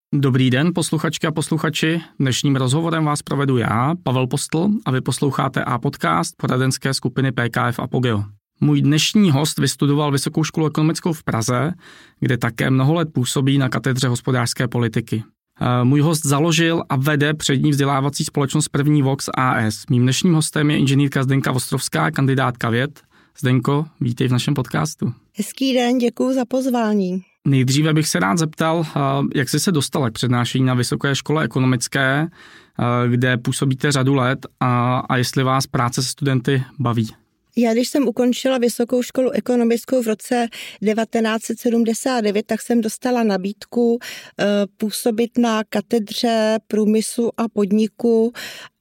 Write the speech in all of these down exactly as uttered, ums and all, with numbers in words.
Dobrý den, posluchačky a posluchači. Dnešním rozhovorem vás provedu já, Pavel Postl, a vy posloucháte A-podcast poradenské skupiny P K F Apogeo. Můj dnešní host vystudoval Vysokou školu ekonomickou v Praze, kde také mnoho let působí na katedře hospodářské politiky. Můj host založil a vede přední vzdělávací společnost První Vox A S. Mým dnešním hostem je inženýrka Zdenka Ostrovská, kandidátka věd. Zdenko, vítej v našem podcastu. Hezký den, děkuji za pozvání. Nejdříve bych se rád zeptal, jak jsi se dostala k přednášení na Vysoké škole ekonomické, kde působíte řadu let, a, a jestli vás práce se studenty baví. Já, když jsem ukončila Vysokou školu ekonomickou v roce devatenáct set sedmdesát devět, tak jsem dostala nabídku uh, působit na katedře průmyslu a podniku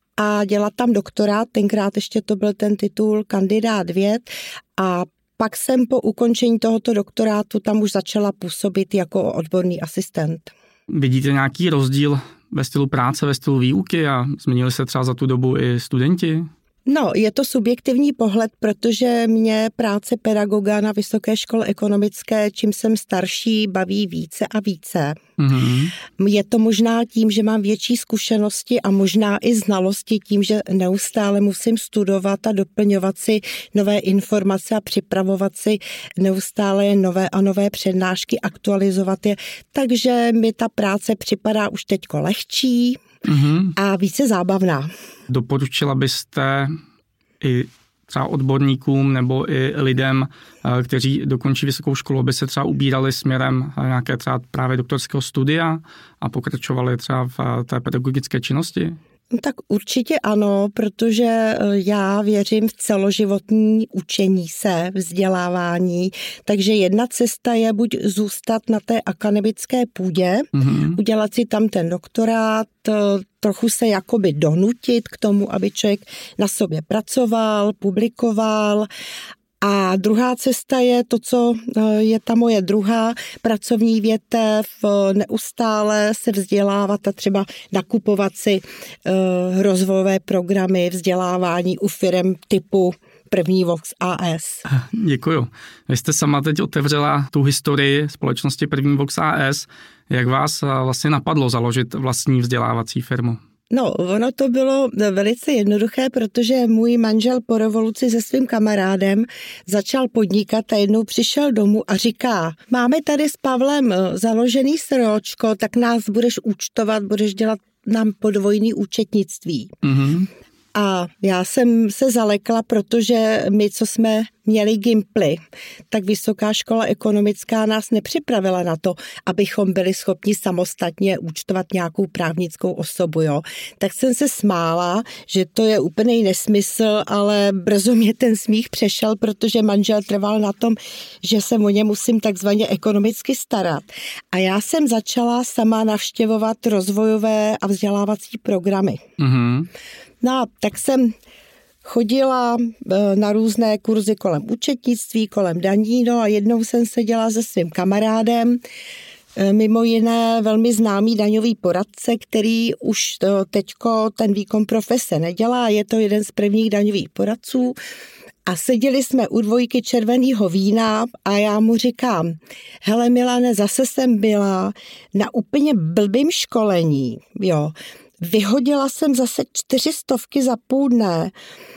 a dělat tam doktorát. Tenkrát ještě to byl ten titul kandidát věd a pak jsem po ukončení tohoto doktorátu tam už začala působit jako odborný asistent. Vidíte nějaký rozdíl ve stylu práce, ve stylu výuky a změnili se třeba za tu dobu i studenti? No, je to subjektivní pohled, protože mě práce pedagoga na Vysoké škole ekonomické, čím jsem starší, baví více a více. Mm-hmm. Je to možná tím, že mám větší zkušenosti a možná i znalosti tím, že neustále musím studovat a doplňovat si nové informace a připravovat si neustále nové a nové přednášky, aktualizovat je. Takže mi ta práce připadá už teďko lehčí mm-hmm. a více zábavná. Doporučila byste i třeba odborníkům nebo i lidem, kteří dokončí vysokou školu, aby se třeba ubírali směrem nějaké třeba právě doktorského studia a pokračovali třeba v té pedagogické činnosti? Tak určitě ano, protože já věřím v celoživotní učení se, vzdělávání, takže jedna cesta je buď zůstat na té akademické půdě, mm-hmm. udělat si tam ten doktorát, trochu se jakoby donutit k tomu, aby člověk na sobě pracoval, publikoval. A druhá cesta je to, co je ta moje druhá pracovní větev, neustále se vzdělávat a třeba nakupovat si uh, rozvojové programy vzdělávání u firem typu První Vox A S. Děkuju. Vy jste sama teď otevřela tu historii společnosti První Vox A S. Jak vás vlastně napadlo založit vlastní vzdělávací firmu? No, ono to bylo velice jednoduché, protože můj manžel po revoluci se svým kamarádem začal podnikat a jednou přišel domů a říká, máme tady s Pavlem založený sročko, tak nás budeš účtovat, budeš dělat nám podvojný účetnictví. Mm-hmm. A já jsem se zalekla, protože my, co jsme měli Gimply, tak Vysoká škola ekonomická nás nepřipravila na to, abychom byli schopni samostatně účtovat nějakou právnickou osobu. Jo. Tak jsem se smála, že to je úplný nesmysl, ale brzo mě ten smích přešel, protože manžel trval na tom, že se o ně musím takzvaně ekonomicky starat. A já jsem začala sama navštěvovat rozvojové a vzdělávací programy. Mm-hmm. No, tak jsem chodila na různé kurzy kolem účetnictví, kolem daní, no a jednou jsem seděla se svým kamarádem, mimo jiné velmi známý daňový poradce, který už teďko ten výkon profese nedělá, je to jeden z prvních daňových poradců. A seděli jsme u dvojky červeného vína a já mu říkám, hele Milane, zase jsem byla na úplně blbým školení, jo. Vyhodila jsem zase čtyři stovky za půl dne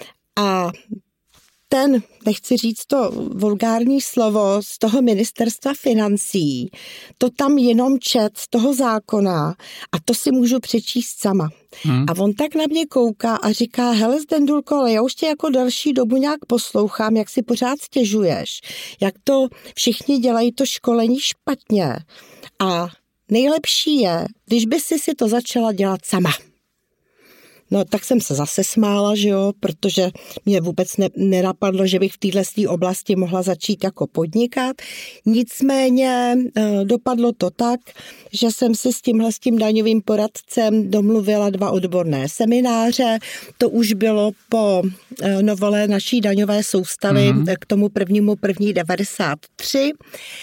a ten, nechci říct to vulgární slovo, z toho ministerstva financí, to tam jenom čet z toho zákona a to si můžu přečíst sama. Hmm. A on tak na mě kouká a říká, hele Zdendulko, ale já už tě jako další dobu nějak poslouchám, jak si pořád stěžuješ, jak to všichni dělají to školení špatně a nejlepší je, když by si si to začala dělat sama. No tak jsem se zase smála, že jo, protože mě vůbec ne, nenapadlo, že bych v této oblasti mohla začít jako podnikat. Nicméně e, dopadlo to tak, že jsem si s tímhle s tím daňovým poradcem domluvila dva odborné semináře. To už bylo po e, novele naší daňové soustavy mm-hmm. k tomu prvnímu první devadesát tři.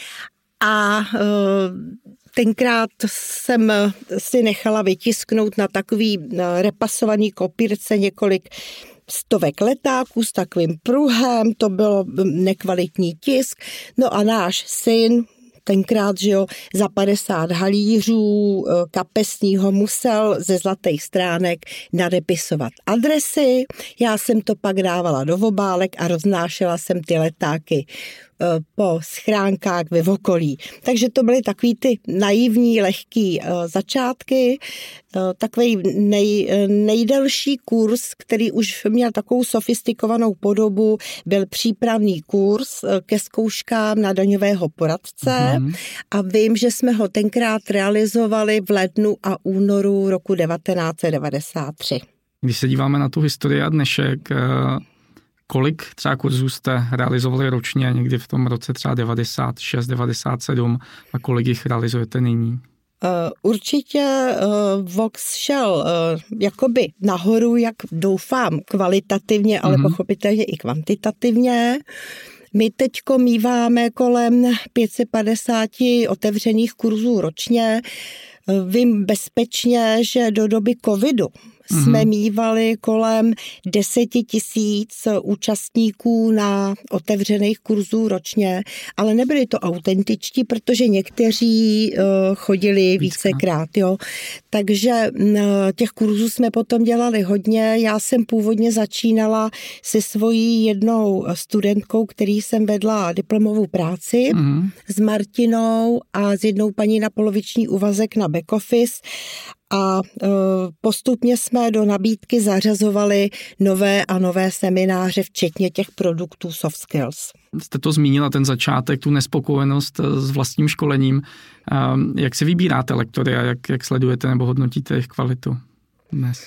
A e, tenkrát jsem si nechala vytisknout na takový repasovaný kopírce několik stovek letáků s takovým pruhem, to bylo nekvalitní tisk. No a náš syn, tenkrát, že jo, za padesát halířů kapesního musel ze zlatých stránek nadepisovat adresy. Já jsem to pak dávala do obálek a roznášela jsem ty letáky po schránkách ve okolí. Takže to byly takový ty naivní, lehký začátky. Takový nej, nejdelší kurz, který už měl takovou sofistikovanou podobu, byl přípravný kurz ke zkouškám na daňového poradce mm. a vím, že jsme ho tenkrát realizovali v lednu a únoru roku devatenáct set devadesát tři. Když se díváme na tu historii a dnešek, kolik třeba kurzů jste realizovali ročně, někdy v tom roce třeba devadesát šest, devadesát sedm a kolik jich realizujete nyní? Uh, určitě uh, Vox šel uh, jakoby nahoru, jak doufám, kvalitativně, ale mm-hmm. pochopitelně i kvantitativně. My teďko míváme kolem pět set padesát otevřených kurzů ročně. Vím bezpečně, že do doby covidu mm-hmm. jsme mívali kolem deseti tisíc účastníků na otevřených kurzů ročně, ale nebyli to autentičtí, protože někteří uh, chodili vícekrát. Jo. Takže uh, těch kurzů jsme potom dělali hodně. Já jsem původně začínala se svojí jednou studentkou, který jsem vedla diplomovou práci mm-hmm. s Martinou a s jednou paní na poloviční úvazek na back office. A postupně jsme do nabídky zařazovali nové a nové semináře, včetně těch produktů soft skills. Jste to zmínila, ten začátek, tu nespokojenost s vlastním školením. Jak si vybíráte lektory a jak, jak sledujete nebo hodnotíte jejich kvalitu dnes?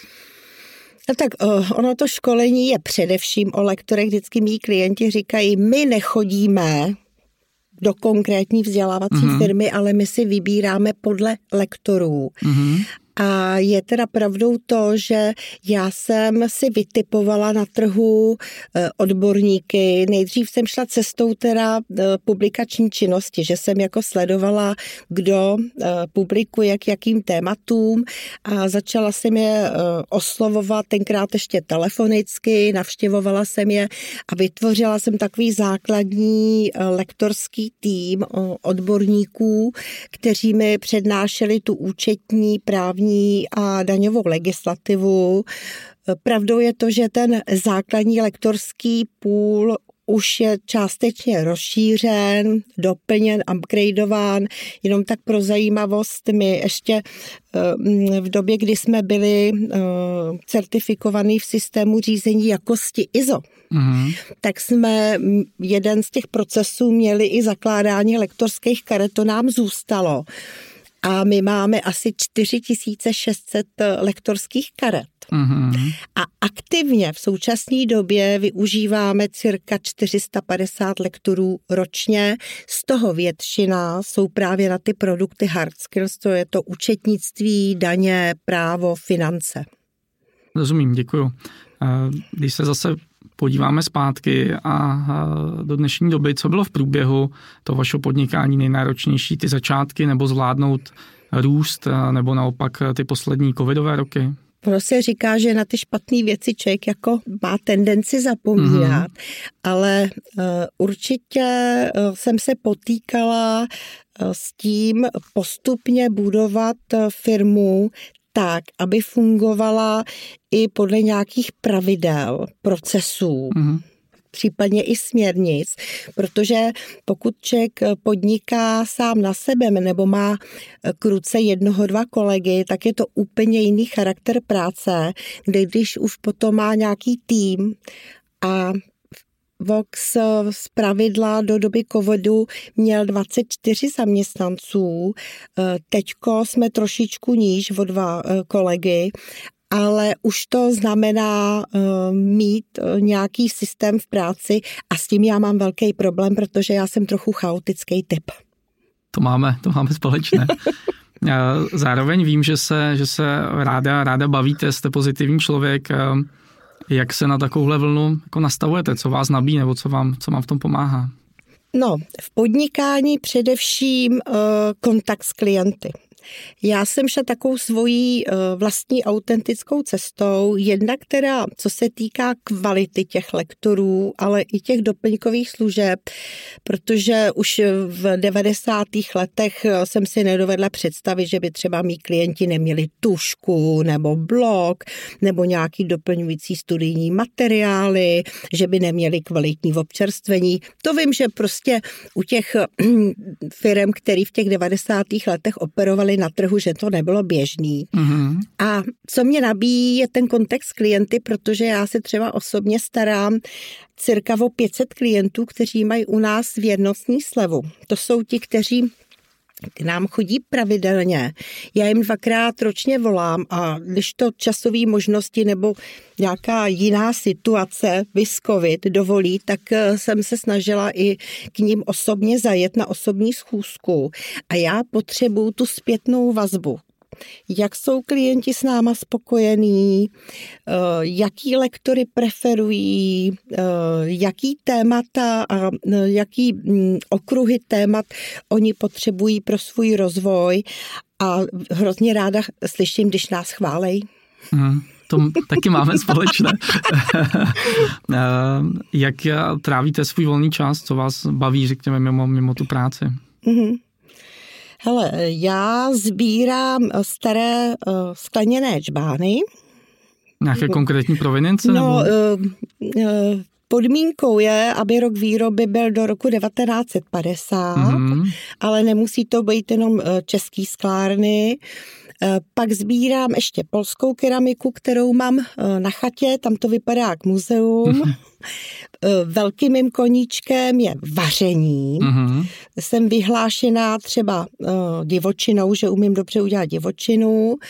No tak ono to školení je především o lektorech. Vždycky mý klienti říkají, my nechodíme do konkrétní vzdělávací mm-hmm. firmy, ale my si vybíráme podle lektorů. Mm-hmm. A je teda pravdou to, že já jsem si vytipovala na trhu odborníky. Nejdřív jsem šla cestou teda publikační činnosti, že jsem jako sledovala, kdo publikuje k jakým tématům a začala jsem je oslovovat tenkrát ještě telefonicky, navštěvovala jsem je a vytvořila jsem takový základní lektorský tým odborníků, kteří mi přednášeli tu účetní, právní a daňovou legislativu. Pravdou je to, že ten základní lektorský půl už je částečně rozšířen, doplněn, upgradeován. Jenom tak pro zajímavost, my ještě v době, kdy jsme byli certifikovaní v systému řízení jakosti I S O, mm-hmm. tak jsme jeden z těch procesů měli i zakládání lektorských karet, to nám zůstalo. A my máme asi čtyři tisíce šest set lektorských karet. Mm-hmm. A aktivně v současné době využíváme cirka čtyři sta padesát lektorů ročně. Z toho většina jsou právě na ty produkty hard skills, to je to účetnictví, daně, právo, finance. Rozumím, děkuju. Když se zase podíváme zpátky a do dnešní doby, co bylo v průběhu toho vašeho podnikání nejnáročnější, ty začátky nebo zvládnout růst, nebo naopak ty poslední covidové roky? Ono se říká, že na ty špatné věci člověk jako má tendenci zapomínat, mm-hmm. ale uh, určitě uh, jsem se potýkala uh, s tím postupně budovat uh, firmu tak, aby fungovala i podle nějakých pravidel, procesů, mm-hmm. případně i směrnic, protože pokud člověk podniká sám na sebe nebo má k ruce jednoho, dva kolegy, tak je to úplně jiný charakter práce, kde když už potom má nějaký tým a Vox z pravidla do doby covidu měl dvacet čtyři zaměstnanců, teďko jsme trošičku níž o dva kolegy, ale už to znamená uh, mít uh, nějaký systém v práci a s tím já mám velký problém, protože já jsem trochu chaotický typ. To máme, to máme společné. Zároveň vím, že se, že se ráda, ráda bavíte, jste pozitivní člověk. Jak se na takovouhle vlnu jako nastavujete? Co vás nabíjí nebo co vám, co vám v tom pomáhá? No, v podnikání především uh, kontakt s klienty. Já jsem šla takovou svojí vlastní autentickou cestou, jedna, která, co se týká kvality těch lektorů, ale i těch doplňkových služeb, protože už v devadesátých letech jsem si nedovedla představit, že by třeba mý klienti neměli tužku nebo blog nebo nějaký doplňující studijní materiály, že by neměli kvalitní občerstvení. To vím, že prostě u těch firem, který v těch devadesátých letech operovali na trhu, že to nebylo běžný. Mm-hmm. A co mě nabíjí, je ten kontakt s klienty, protože já se třeba osobně starám cirka o pět set klientů, kteří mají u nás věrnostní slevu. To jsou ti, kteří k nám chodí pravidelně. Já jim dvakrát ročně volám a když to časové možnosti nebo nějaká jiná situace, viz covid, dovolí, tak jsem se snažila i k ním osobně zajet na osobní schůzku. A já potřebuju tu zpětnou vazbu. Jak jsou klienti s náma spokojení, jaký lektory preferují, jaký témata a jaký okruhy témat oni potřebují pro svůj rozvoj a hrozně ráda slyším, když nás chválej. Hmm. To taky máme společné. Jak trávíte svůj volný čas, co vás baví, řekněme, mimo, mimo tu práci? Mm-hmm. Hele, já sbírám staré uh, skleněné džbány. Nějaké konkrétní provenience? No, nebo? Uh, uh, podmínkou je, aby rok výroby byl do roku devatenáct set padesát, mm-hmm. ale nemusí to být jenom uh, český sklárny. Uh, pak sbírám ještě polskou keramiku, kterou mám uh, na chatě, tam to vypadá jak muzeum. Velkým mým koníčkem je vaření. Mm-hmm. Jsem vyhlášená třeba uh, divočinou, že umím dobře udělat divočinu. Uh,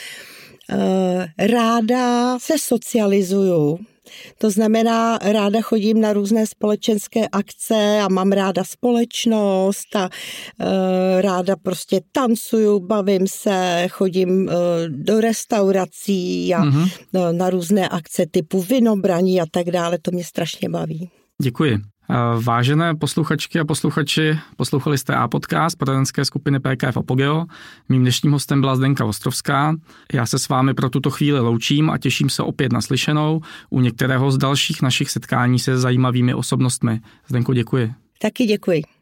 ráda se socializuju. To znamená, ráda chodím na různé společenské akce a mám ráda společnost a e, ráda prostě tancuju, bavím se, chodím e, do restaurací a mm-hmm. e, na různé akce typu vinobraní a tak dále. To mě strašně baví. Děkuji. Vážené posluchačky a posluchači, poslouchali jste A-podcast poradenské skupiny P K F Apogeo. Mým dnešním hostem byla Zdenka Ostrovská. Já se s vámi pro tuto chvíli loučím a těším se opět na slyšenou u některého z dalších našich setkání se zajímavými osobnostmi. Zdenko, děkuji. Taky děkuji.